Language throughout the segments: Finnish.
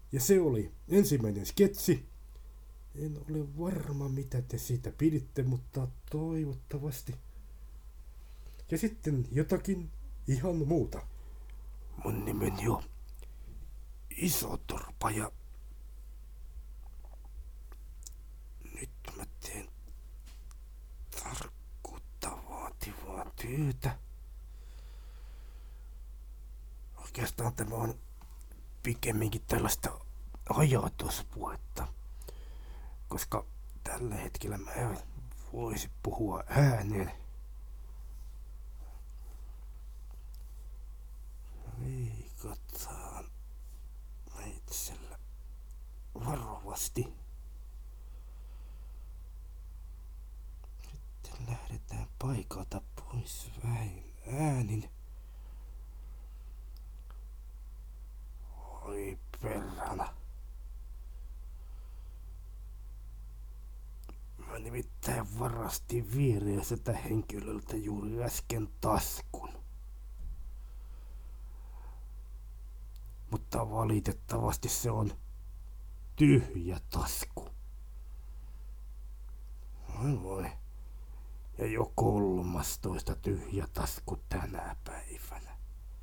Ja se oli ensimmäinen sketsi. En ole varma, mitä te siitä piditte, mutta toivottavasti. Ja sitten jotakin ihan muuta. Mun nimeni on Isoturpa ja nyt mä teen tarkkuutta vaativaa työtä. Oikeastaan tämä on pikemminkin tällaista ajatuspuhetta, koska tällä hetkellä mä en voisi puhua ääneen. Viikataan itsellä varovasti. Sitten lähdetään paikalta pois vähin äänin. Oi perhana. Mä nimittäin varastin viereiseltä henkilöltä juuri äsken taskun. Mutta valitettavasti se on tyhjä tasku. Voi. Ja jo 13 tyhjä tasku tänä päivänä.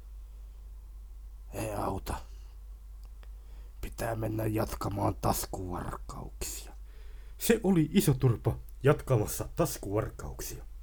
Ei auta. Pitää mennä jatkamaan taskuvarkauksia. Se oli Isoturpa jatkamassa taskuvarkauksia.